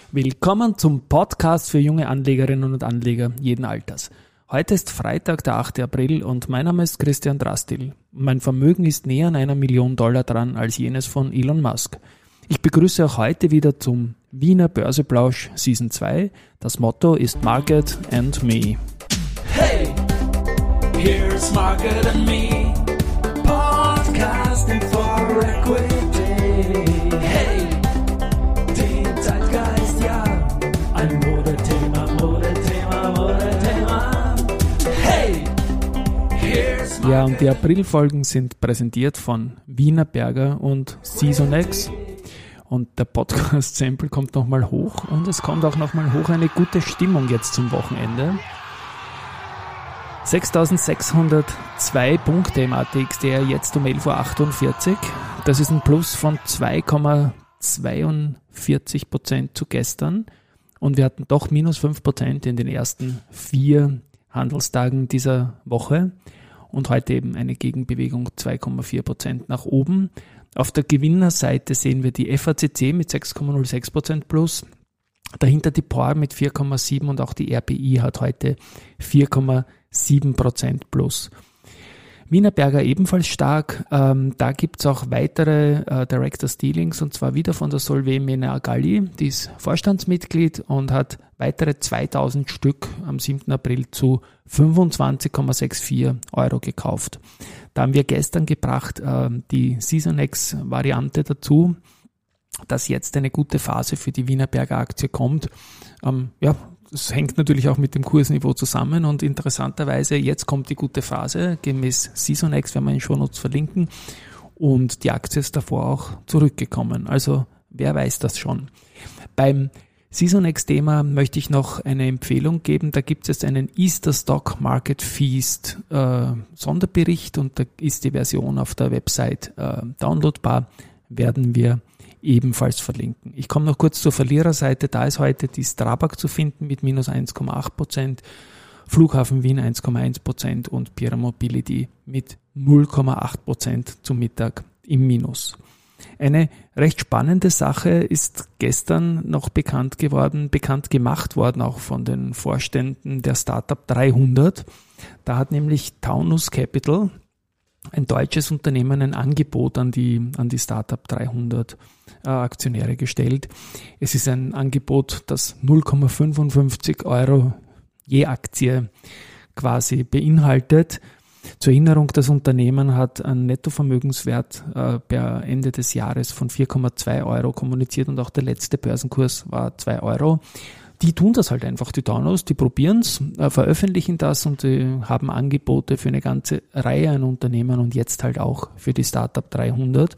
Willkommen zum Podcast für junge Anlegerinnen und Anleger jeden Alters. Heute ist Freitag, der 8. April und mein Name ist Christian Drastil. Mein Vermögen ist näher an $1 Million dran als jenes von Elon Musk. Ich begrüße auch heute wieder zum Wiener Börseplausch Season 2. Das Motto ist Market and Me. Hey, here's Market and Me, podcasting for equity. Hey, den Zeitgeist, ja, ein Modethema. Hey, here's Market. Ja, und die Aprilfolgen sind präsentiert von Wienerberger und Seasonex. Und der Podcast-Sample kommt nochmal hoch und es kommt auch nochmal hoch eine gute Stimmung jetzt zum Wochenende. 6.602 Punkte im ATXDR jetzt um 11.48 Uhr. Das ist ein Plus von 2,42% zu gestern. Und wir hatten doch minus 5% in den ersten 4 Handelstagen dieser Woche. Und heute eben eine Gegenbewegung 2,4% nach oben. Auf der Gewinnerseite sehen wir die FACC mit 6,06% plus. Dahinter die POR mit 4,7 und auch die RBI hat heute 4,7% plus. Wienerberger ebenfalls stark. Da gibt's auch weitere Directors Dealings und zwar wieder von der Solvay Menagali. Die ist Vorstandsmitglied und hat weitere 2000 Stück am 7. April zu 25,64 Euro gekauft. Da haben wir gestern gebracht die Seasonex-Variante dazu, dass jetzt eine gute Phase für die Wienerberger Aktie kommt. Das hängt natürlich auch mit dem Kursniveau zusammen und interessanterweise, jetzt kommt die gute Phase, gemäß Seasonex, werden wir in den Shownotes verlinken, und die Aktie ist davor auch zurückgekommen. Also wer weiß das schon. Beim Seasonex-Thema möchte ich noch eine Empfehlung geben. Da gibt es jetzt einen Easter Stock Market Feast Sonderbericht und da ist die Version auf der Website downloadbar, werden wir ebenfalls verlinken. Ich komme noch kurz zur Verliererseite. Da ist heute die Strabag zu finden mit minus 1,8%, Flughafen Wien 1,1% und Pierer Mobility mit 0,8% zum Mittag im Minus. Eine recht spannende Sache ist gestern noch bekannt gemacht worden, auch von den Vorständen der Startup 300. Da hat nämlich Taunus Capital, ein deutsches Unternehmen, ein Angebot an die Startup 300 Aktionäre gestellt. Es ist ein Angebot, das 0,55 Euro je Aktie quasi beinhaltet. Zur Erinnerung, das Unternehmen hat einen Nettovermögenswert per Ende des Jahres von 4,2 Euro kommuniziert und auch der letzte Börsenkurs war 2 Euro. Die tun das halt einfach, die Taunus, die probieren es, veröffentlichen das und haben Angebote für eine ganze Reihe an Unternehmen und jetzt halt auch für die Startup 300.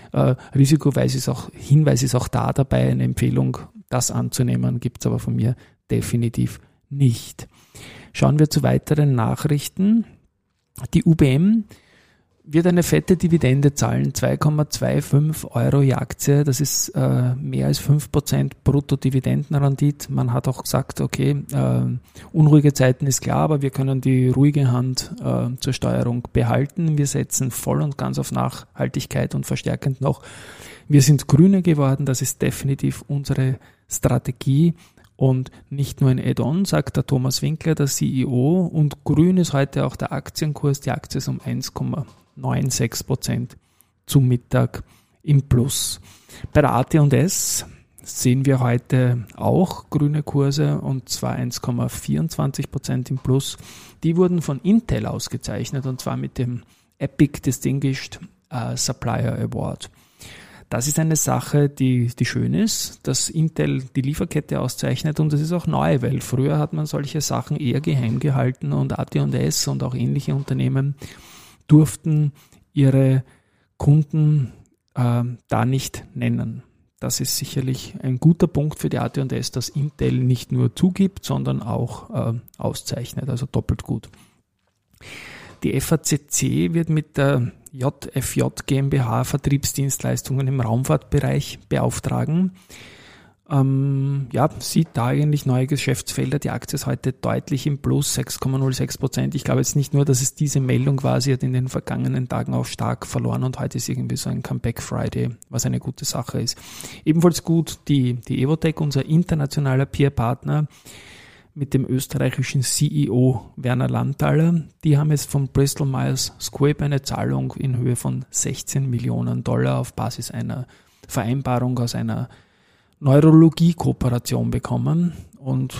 Hinweis ist auch da dabei, eine Empfehlung, das anzunehmen, gibt es aber von mir definitiv nicht. Schauen wir zu weiteren Nachrichten. Die UBM wird eine fette Dividende zahlen, 2,25 Euro je Aktie, das ist mehr als 5% Brutto-Dividendenrendite. Man hat auch gesagt, okay, unruhige Zeiten ist klar, aber wir können die ruhige Hand zur Steuerung behalten. Wir setzen voll und ganz auf Nachhaltigkeit und verstärkend noch. Wir sind Grüne geworden, das ist definitiv unsere Strategie. Und nicht nur ein Add-on, sagt der Thomas Winkler, der CEO, und grün ist heute auch der Aktienkurs. Die Aktie ist um 1,96% zum Mittag im Plus. Bei der AT&S sehen wir heute auch grüne Kurse und zwar 1,24% im Plus. Die wurden von Intel ausgezeichnet und zwar mit dem Epic Distinguished Supplier Award. Das ist eine Sache, die schön ist, dass Intel die Lieferkette auszeichnet und das ist auch neu, weil früher hat man solche Sachen eher geheim gehalten und AT&S und auch ähnliche Unternehmen durften ihre Kunden da nicht nennen. Das ist sicherlich ein guter Punkt für die AT&S, dass Intel nicht nur zugibt, sondern auch auszeichnet, also doppelt gut. Die FACC wird mit der JFJ GmbH Vertriebsdienstleistungen im Raumfahrtbereich beauftragen. Sieht da eigentlich neue Geschäftsfelder. Die Aktie ist heute deutlich im Plus, 6,06%. Ich glaube jetzt nicht nur, dass es diese Meldung war, sie hat in den vergangenen Tagen auch stark verloren und heute ist irgendwie so ein Comeback Friday, was eine gute Sache ist. Ebenfalls gut die Evotec, unser internationaler Peer-Partner mit dem österreichischen CEO Werner Landthaler. Die haben jetzt von Bristol Myers Squibb eine Zahlung in Höhe von $16 Millionen auf Basis einer Vereinbarung aus einer Neurologie-Kooperation bekommen und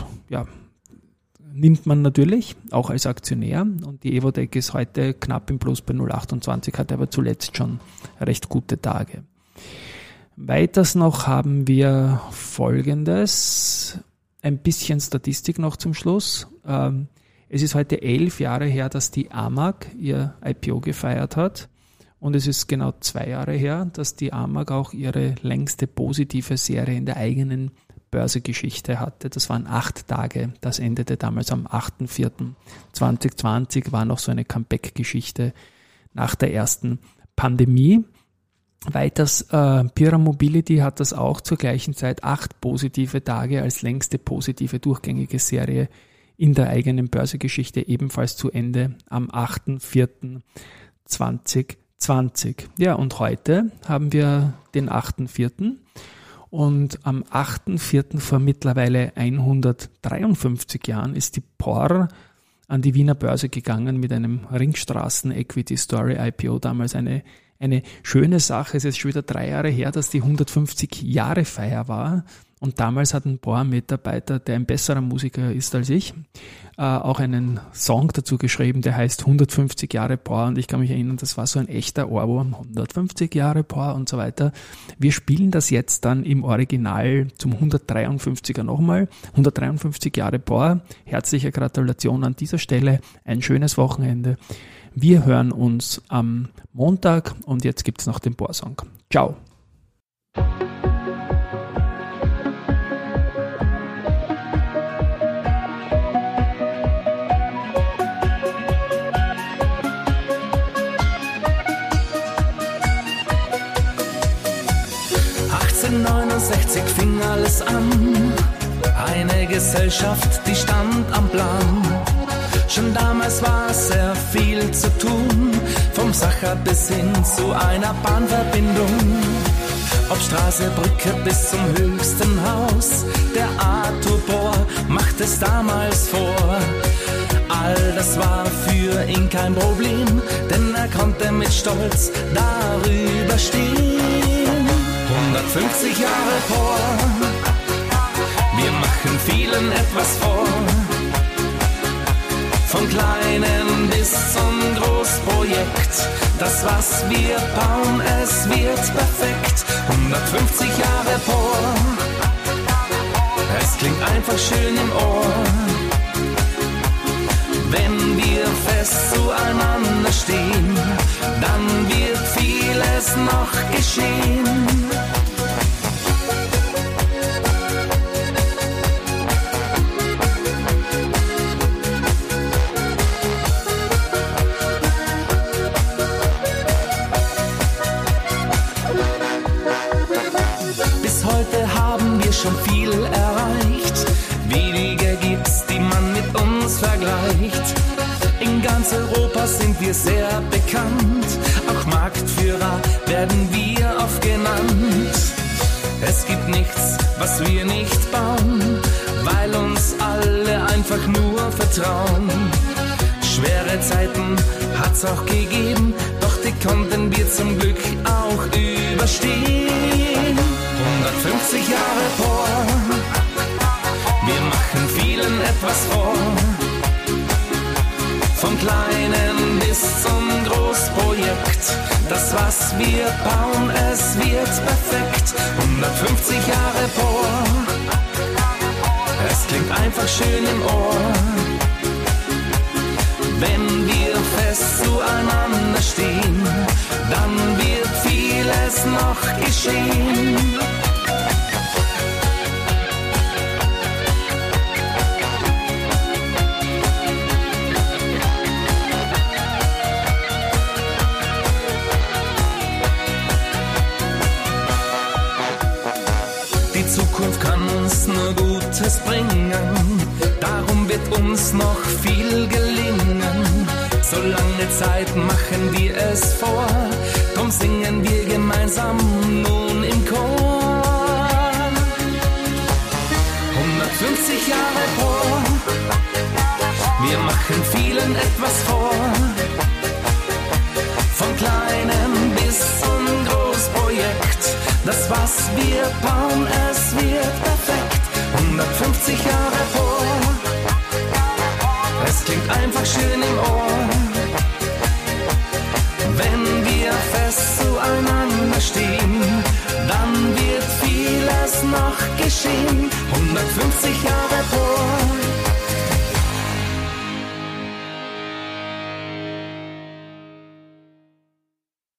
nimmt man natürlich auch als Aktionär und die Evotec ist heute knapp im Plus bei 0,28, hatte aber zuletzt schon recht gute Tage. Weiters noch haben wir Folgendes, ein bisschen Statistik noch zum Schluss. Es ist heute 11 Jahre her, dass die AMAG ihr IPO gefeiert hat. Und es ist genau 2 Jahre her, dass die AMAG auch ihre längste positive Serie in der eigenen Börsegeschichte hatte. Das waren 8 Tage. Das endete damals am 8.4.2020, war noch so eine Comeback-Geschichte nach der ersten Pandemie. Weiters, Pira Mobility hat das auch zur gleichen Zeit 8 positive Tage als längste positive durchgängige Serie in der eigenen Börsegeschichte, ebenfalls zu Ende am 8.4.2020. Ja, und heute haben wir den 8.4. und am 8.4. vor mittlerweile 153 Jahren ist die POR an die Wiener Börse gegangen mit einem Ringstraßen Equity Story IPO, damals eine schöne Sache. Es ist schon wieder 3 Jahre her, dass die 150-Jahre-Feier war. Und damals hat ein POR-Mitarbeiter, der ein besserer Musiker ist als ich, auch einen Song dazu geschrieben, der heißt 150 Jahre POR. Und ich kann mich erinnern, das war so ein echter Ohrwurm, 150 Jahre POR und so weiter. Wir spielen das jetzt dann im Original zum 153er nochmal. 153 Jahre POR. Herzliche Gratulation an dieser Stelle. Ein schönes Wochenende. Wir hören uns am Montag und jetzt gibt's noch den POR-Song. Ciao. Fing alles an, eine Gesellschaft, die stand am Plan. Schon damals war sehr viel zu tun, vom Sacher bis hin zu einer Bahnverbindung. Ob Straße, Brücke bis zum höchsten Haus, der Arthur Bohr macht es damals vor. All das war für ihn kein Problem, denn er konnte mit Stolz darüber stehen. 150 Jahre POR, wir machen vielen etwas vor. Von kleinen bis zum Großprojekt, das was wir bauen, es wird perfekt. 150 Jahre POR, es klingt einfach schön im Ohr. Wenn wir fest zueinander stehen, dann wird vieles noch geschehen. Bis heute haben wir schon viel erreicht. Weniger gibt's, die man mit uns vergleicht. In ganz Europa sind wir sehr bekannt. Auch Marktführer werden wir oft genannt. Es gibt nichts, was wir nicht bauen, weil uns alle einfach nur vertrauen. Schwere Zeiten hat's auch gegeben, doch die konnten wir zum Glück auch überstehen. 150 Jahre POR, wir machen vielen etwas vor. Vom kleinen bis zum Großprojekt, das was wir bauen, es wird perfekt. 150 Jahre POR, es klingt einfach schön im Ohr. Wenn wir fest zueinander stehen, dann wird vieles noch geschehen. Die Zukunft kann uns nur Gutes bringen. Darum wird uns noch viel gelingen. So lange Zeit machen wir es vor, drum singen wir gemeinsam nun im Chor. 150 Jahre Chor, wir machen vielen etwas vor. Von kleinem bis zum Großprojekt, das was wir bauen, es wird perfekt. 150 Jahre vor, es klingt einfach schön im Ohr. Wenn wir fest zueinander stehen, dann wird vieles noch geschehen. 150 Jahre vor.